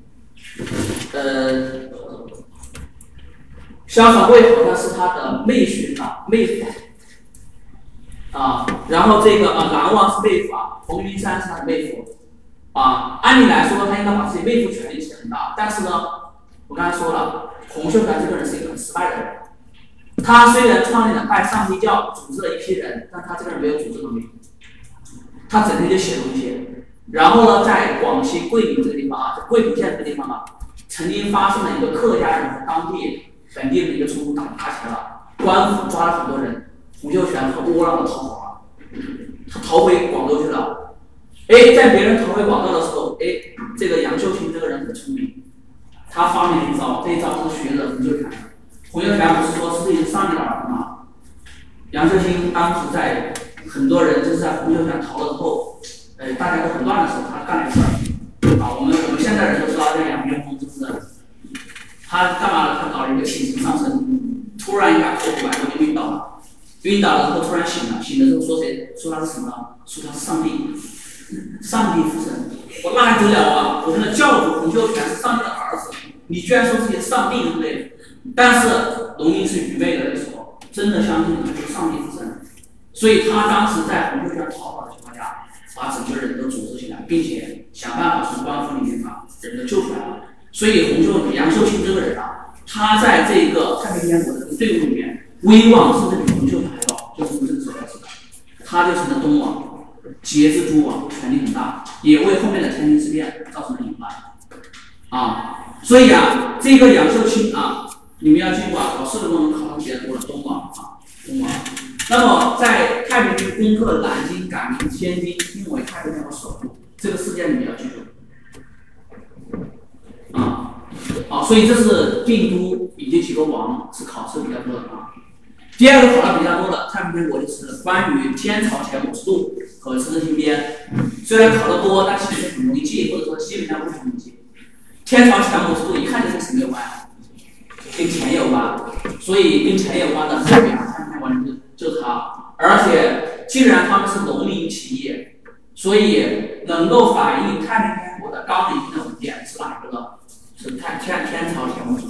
呃。萧朝贵好像是他的妹婿啊，妹夫啊，然后这个啊南王是妹夫啊，冯云山是他的妹夫啊。按理来说，他应该把自己妹夫权力起很大，但是呢，我刚才说了，洪秀全这个人是一个很失败的人。他虽然创立了拜上帝教，组织了一批人，但他这个人没有组织能力，他整天就写东西。然后呢，在广西桂平这个地方啊，在桂平县这个地方啊，曾经发生了一个客家人和当地本地的一个冲突，打打起来了，官府抓了很多人，洪秀全和窝囊的逃跑了，他逃回广州去了。哎，在别人逃回广州的时候，哎，这个杨秀清这个人很聪明，他发明了一招，这一招是学的洪秀全的。洪秀全不是说是自己上帝的儿子吗？杨秀清当时在很多人就是在洪秀全逃了之后，呃，大家都很乱的时候，他干了一事儿啊。我们我们现在人都知道叫杨元丰，是不是？他干嘛呢？他搞了一个请神上身，突然一把口吐白沫就晕倒了，晕倒了之后突然醒了，醒了之后说谁？说他是什么呢？说他是上帝，上帝附身。我那还得了啊！我们的教主洪秀全是上帝的儿子，你居然说自己是上帝，对不对？但是农民是愚昧的那时候，真的相信他是上帝附身，所以他当时在洪秀全逃跑的情况下，把整个人都组织起来，并且想办法从官府里面把人都救出来了。所以洪秀杨秀清这个人啊，他在这个太平天国的这个队伍里面，威望甚至比洪秀全还高，就是从这个时候开始的。他就成了东王，节制诸王，权力很大，也为后面的天津事变造成了隐患啊。所以啊，这个杨秀清啊，你们要记住啊，考试的时候考上比较多了，东王啊，东王。那么在太平军攻克南京、改名天津，定为太平天国首都，这个事件你们要记住。啊，好，所以这是定都以及几个王是考试比较多的啊。第二个考的比较多的太平天国就是关于天朝前五十度和资治新编，虽然考得多，但其实很容易记，或者说基本上不容易记。天朝前五十度一看就跟什么有关？跟钱有关，所以跟钱有关的代表太平天国人就是他。而且既然他们是农民起义，所以能够反映太平天国的纲领性的文件是哪一个呢？是太天天朝前五十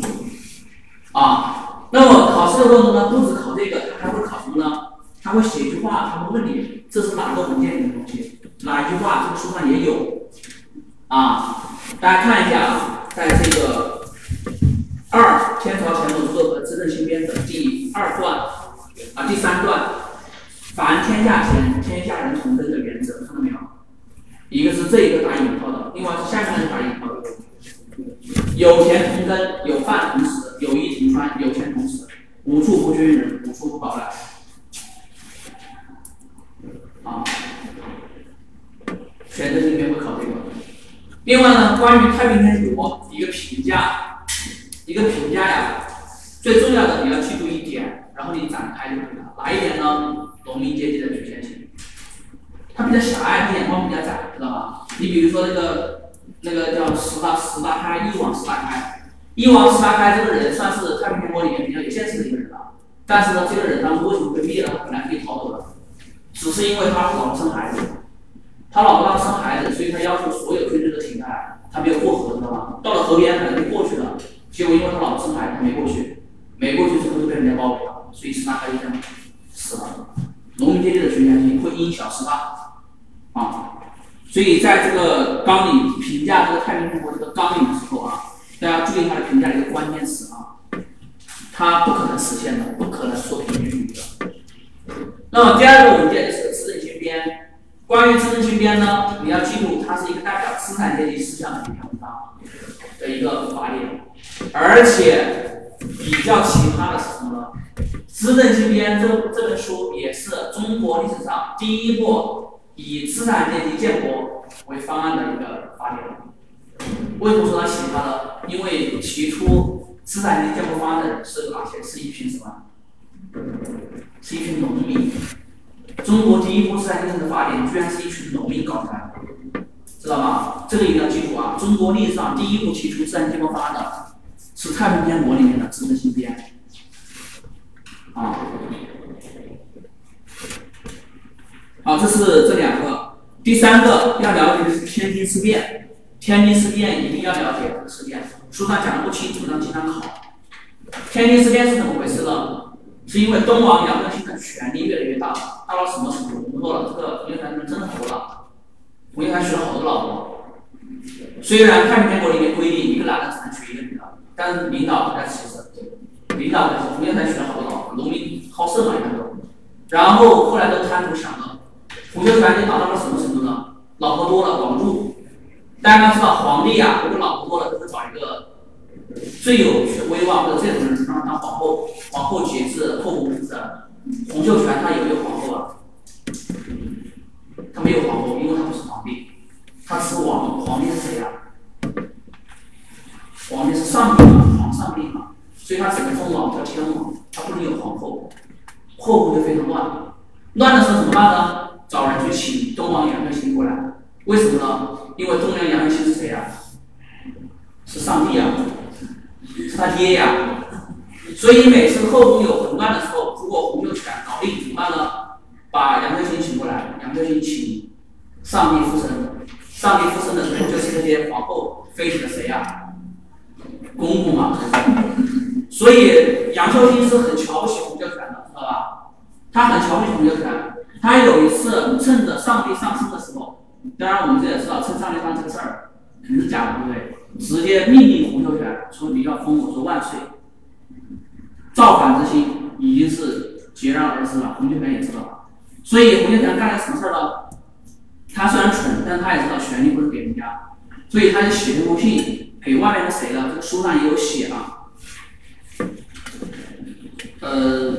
这个呢，不止考这个，它还会考什么呢？它会写一句话，它会问你这是哪个文件里的东西，哪一句话这个书上也有啊。大家看一下啊，在这个二天朝乾隆和资政新编的第二段啊第三段，凡天下钱，天下人同根的原则，看到没有？一个是这一个打引号的，另外是下面那个打引号的。有钱同根，有饭同食，有衣同穿，有钱同死，无处不均人，无处不保览。啊，选择性别会考这个。另外呢，关于太平天国一个评价，一个评价呀，最重要的你要记住一点，然后你展开就可以了。哪一点呢？农民阶级的局限性，它比较狭隘，它眼光比较窄，知道吧？你比如说那个那个叫石大石大开，一王石大开，一王石大开这个人算是太平天国里面比较有见识的一个人了。但是呢，这个人他为什么被灭了？他本来可以逃走的，只是因为他老婆生孩子，他老婆让他生孩子，所以他要求所有军队都停下来，他没有过河，知道吗？到了河边本来就过去了，结果因为他老婆生孩子，他没过去，没过去之后就被人家包围了，所以石大开就这样死了。农民阶级的局限性会因小失大啊，所以在这个纲领评价这个太平天国这个纲领的时候啊，大家注意它的评价的一个关键词啊，它不可能实现的，不可能说平均主义的。那么第二个文件就是资政新编。关于资政新编呢，你要记住，它是一个代表资产阶级思想的一篇文章的一个法典，而且比较奇葩的是什么呢？资政新编这这本书也是中国历史上第一部以资产阶级建国为方案的一个法典。为什么说它奇葩呢？因为提出资产阶级建国方案的人是哪些？是一群什么？是一群农民。中国第一部资产阶级的法典居然是一群农民搞出来的，知道吗？这个一定要记住啊！中国历史上第一部提出资产阶级建国方案的是太平天国里面的资政新编啊。好，这是这两个。第三个要了解的是天津事变。天津事变一定要了解这个事件，书上讲的不清楚，但经常考。天津事变是怎么回事呢？是因为东王杨振兴的权力越来越大，大到什么程度？我们说了，这个冯玉祥真的很多了，冯玉祥娶了好多老婆。虽然太平天国里面规定一个男的只能娶一个女的，但是领导不该其实，领导不该其实，冯玉祥娶了好多老婆，农民好色嘛，一般都。然后后来都贪图享乐，洪秀全就达到了什么程度呢？老婆多了广入。大家要知道，皇帝啊，如果老婆多了，都会找一个最有威望或者最有人让他当皇后，皇后节制，后宫之治。洪秀全他有没有皇后啊？他没有皇后，因为他不是皇帝，他是王。皇帝是谁呀、啊？皇帝是上帝嘛，皇上帝嘛，所以他只能封王叫天王，他不能有皇后，后宫就非常乱。乱的时候怎么办呢？找人去请东王杨振兴过来。为什么呢？因为东王杨振兴是谁呀、啊？是上帝呀、啊。是他爹呀，所以每次后宫有混乱的时候，如果洪秀全搞定怎么办呢？把杨振兴请过来，杨振兴请上帝附身，上帝附身的时候就是那些皇后妃子的谁呀？公公嘛。所以杨秀兴是很瞧不起洪秀全的，知道吧？他很瞧不起洪秀全，他有一次趁着上帝上升的时候，当然我们这也知道趁上帝上这个事儿肯定是假的，对不对？直接命令洪秀全说你要封我说万岁，造反之心已经是戛然而止了，洪秀全也知道了。所以洪秀全干了什么事呢？他虽然蠢，但他也知道权力不是给人家，所以他就写了封信给外面的谁呢？这个书上也有写啊。呃，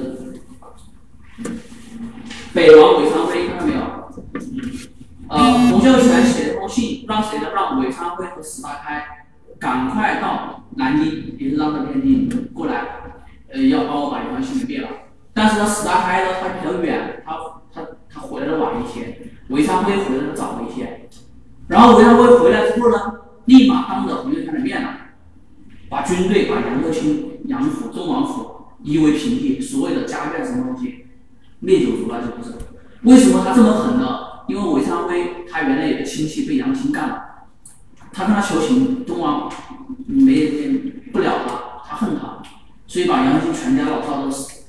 北王韦昌辉看到没有？呃，洪秀全写了封信，让谁呢？让韦昌辉和石达开赶快到南京，也是让他天津过来，呃，要帮我把杨振兴给灭了。但是呢，石达开呢，他比较远，他他他回来的晚一天，韦昌辉回来的早一天。然后韦昌辉回来之后呢，立马当着洪秀全的面了，把军队把杨振兴、杨府、宗王府夷为平地，所谓的家眷什么东西灭九族了，是不是？为什么他这么狠呢？因为韦昌辉他原来有个亲戚被杨兴干了，他跟他求情，东王没不了他，他恨他，所以把杨兴全家老少都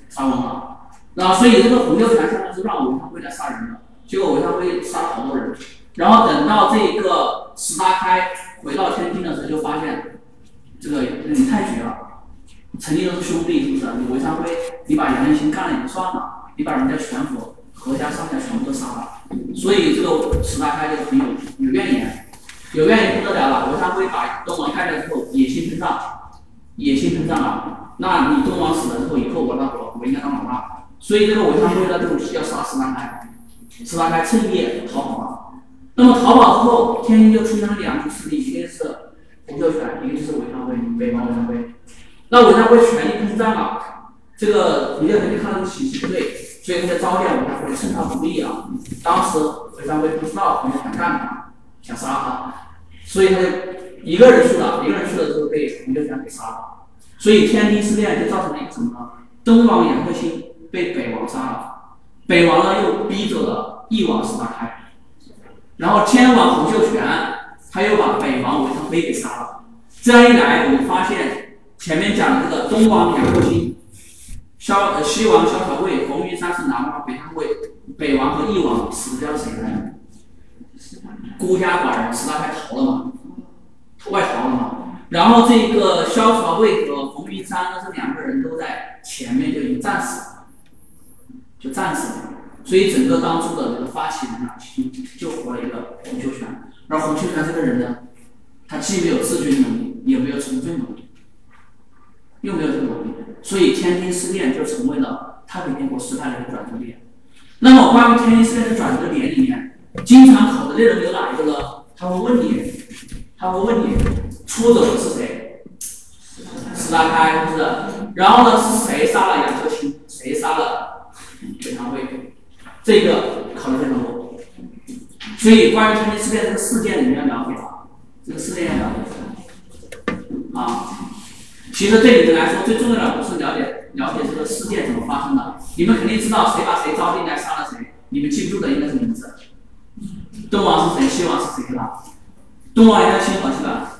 然后所以这个洪秀全相当于是让韦昌辉来杀人的，结果韦昌辉杀了好多人。然后等到这个石达开回到天津的时候，就发现这个你太绝了，曾经都是兄弟，是不是？你韦昌辉，你把杨元兴干了也就算了，你把人家全府何家上下全部都杀了，所以这个石达开就很有有怨言，有怨言不得了了。韦昌辉把东王干掉之后，野心膨胀，野心膨胀了。那你东王死了之后，以后我那我我应该当老大，所以这个韦昌辉呢就要杀石达开，石达开趁夜逃跑了。那么逃跑之后，天津就出现了两股势力，一个是洪秀全，一个就是韦昌辉，北方韦昌辉。那韦昌辉权力膨胀了，这个洪秀全就看到这情形不对，所以他就招见韦昌辉，趁他不利啊。当时韦昌辉不知道洪秀全干他，想杀他，所以他就一个人去了，一个人去了之后被洪秀全给杀了。所以天津事变就造成了一个什么呢？东王杨克兴被北王杀了，北王呢又逼走了翼王石达开。然后天王洪秀全，他又把北王韦昌辉给杀了。这样一来，我们发现前面讲的这个东王杨克兴、萧呃西王萧朝贵、冯云山是南王北昌辉，北王和翼王死掉谁呢？孤家寡人，石达开逃了嘛，外逃了嘛。然后这个萧朝贵和冯云山呢，这两个人都在前面就已经战死了，就战死了。所以整个当初的这个发起人啊，其实就活了一个洪秀全。而洪秀全这个人呢，他既没有治军能力，也没有从政能力，又没有这个能力，所以天津事变就成为了太平天国时代的一个转折点。那么关于天津事变的转折点里面，经常考的内容有哪一个呢？他会问你，他会问你，出走的是谁？石达开，是不是？然后呢，是谁杀了杨克兴？谁杀了韦昌辉？这个考虑非常多，所以关于天津事变这个事件，你们要了解啊，这个事件要了解啊。其实对你们来说，最重要的不是了解了解这个事件怎么发生的，你们肯定知道谁把谁招进来杀了谁，你们记不住的应该是名字。东王是谁？西王是谁？对吧？东王杨克兴是吧？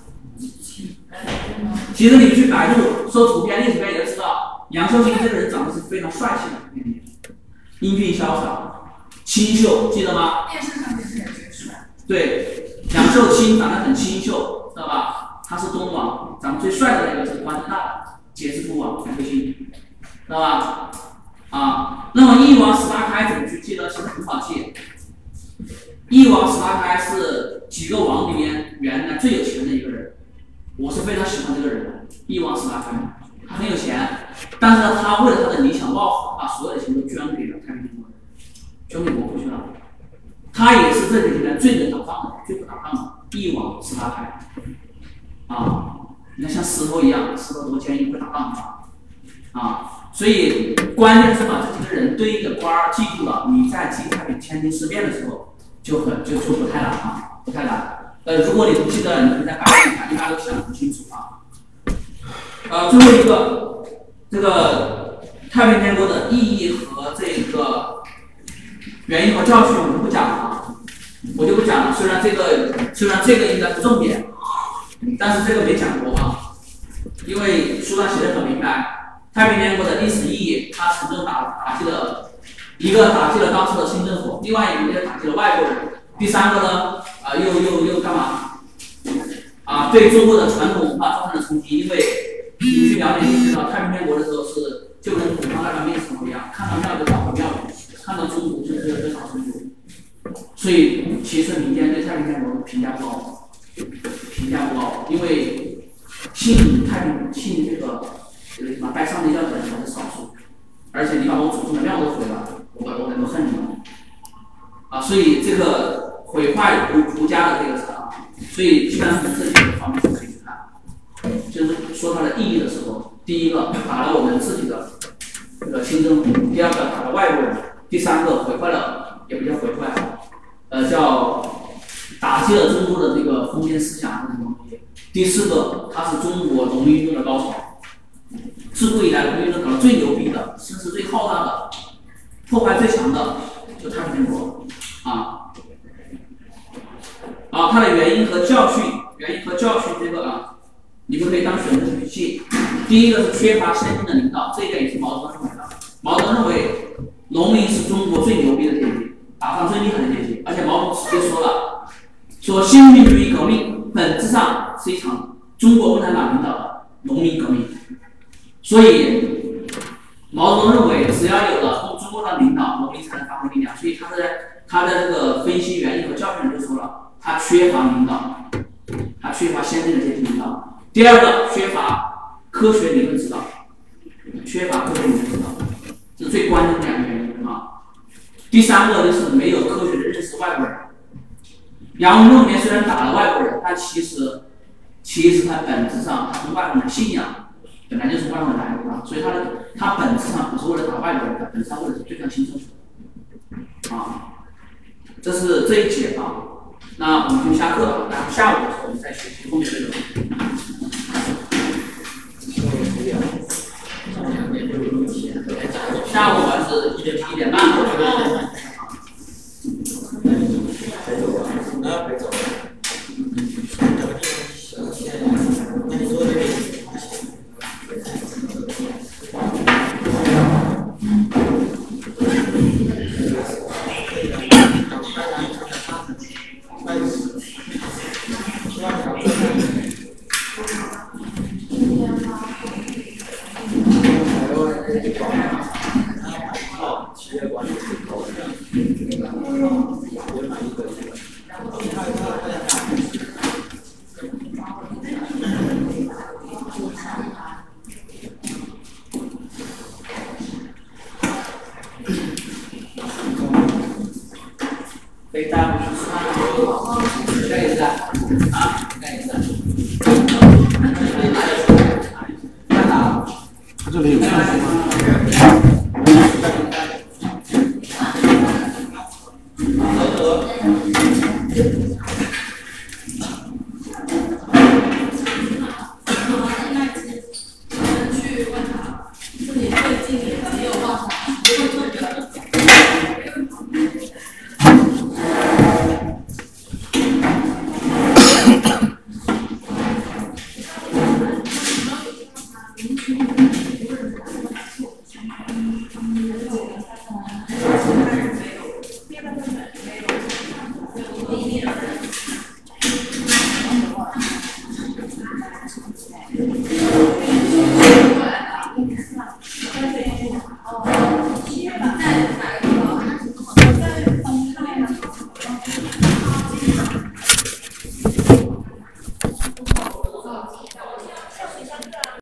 其实你们去百度搜图片、历史片，你就知道杨秀清这个人长得是非常帅气的，英俊潇洒。清秀，记得吗？ 电视上面是很帅。 对，杨秀清长得很清秀，知道吧？他是东王，长得最帅的那个是官最大的节制部王杨克兴，知道吧？啊，那么翼王石达开怎么去记呢？其实很好记。翼王石达开是几个王里面原来最有钱的一个人，我是非常喜欢这个人的。翼王石达开，他很有钱，但是呢，他为了他的理想抱负，把所有的钱都捐给了太平天国人。捐给国库去了，他也是这里面最能打仗的，最不打仗的翼王石达开啊！你看像石头一样，石头多坚硬，会打仗啊！啊，所以关键是把这几个人对应的官儿记住了，你在记太平天津事变的时候就很就就不太难啊，不太难。呃，如果你不记得，你可以再百度一下，应该都想得很清楚啊。呃，最后一个，这个太平天国的意义和这个原因和教训我就不讲了，我就不讲了。虽然这个虽然这个应该是重点，但是这个没讲过啊，因为书上写的很明白。太平天国的历史意义，它成功打打击了一个打击了当时的清政府，另外一个也打击了外国人，第三个呢，啊、呃、又又又干嘛？啊，对中国的传统文化造成了冲击，因为你去了解就知道，太平天国的时候是就跟北方那边面朝一样，看到庙就跑回庙里。看到中国就是要少中国，所以其实民间对太平天国评价不高，评价不高，因为信太平信这个这个什么拜上帝教的人还是少数，而且你把我祖宗的庙都毁了，我我人都恨你了啊！所以这个毁坏儒儒家的这个词啊，所以基本上从这几个方面就可以去看，就是说它的意义的时候，第一个打了我们自己的这个清政府，第二个打了外国人。第三个毁坏了，也不叫毁坏，呃，叫打击了中国的这个封建思想这种东西。第四个，它是中国农民运动的高潮，自古以来农民运动搞得最牛逼的，声势最浩大的，破坏最强的，就太平天国啊。啊，它的原因和教训，原因和教训这个啊，你们可以当选择题去记。第一个是缺乏先进的领导，这一点也是毛泽东认为的。毛泽东认为农民是中国最牛逼的阶级，打仗最厉害的阶级，而且毛泽东直接说了，说新民主义革命本质上是一场中国共产党领导的农民革命，所以毛泽东认为，只要有了中国的领导，农民才能发挥力量。所以他在他的这个分析原因和教训就说了，他缺乏领导，他缺乏先进的阶级领导。第二个，缺乏科学理论指导，缺乏科学理论指导，这是最关键的两个原因啊。第三个就是没有科学的认识外国人。洋务运动里面虽然打了外国人，但其实其实它本质上，它从外国人的信仰本来就是外国人来的，所以它的它本质上不是为了打外国人，它本质上为了是对抗新政府啊。这是这一节啊。那我们就下课了，然后下午的时候我们再学习后面这个。下午还是一点一点半。 白走吧，啊，白走。找个地方小线，那你坐这里。企业管理是高的，也满意的。 可以大家干一次啊，干一次。干啥？ 这里有信息吗？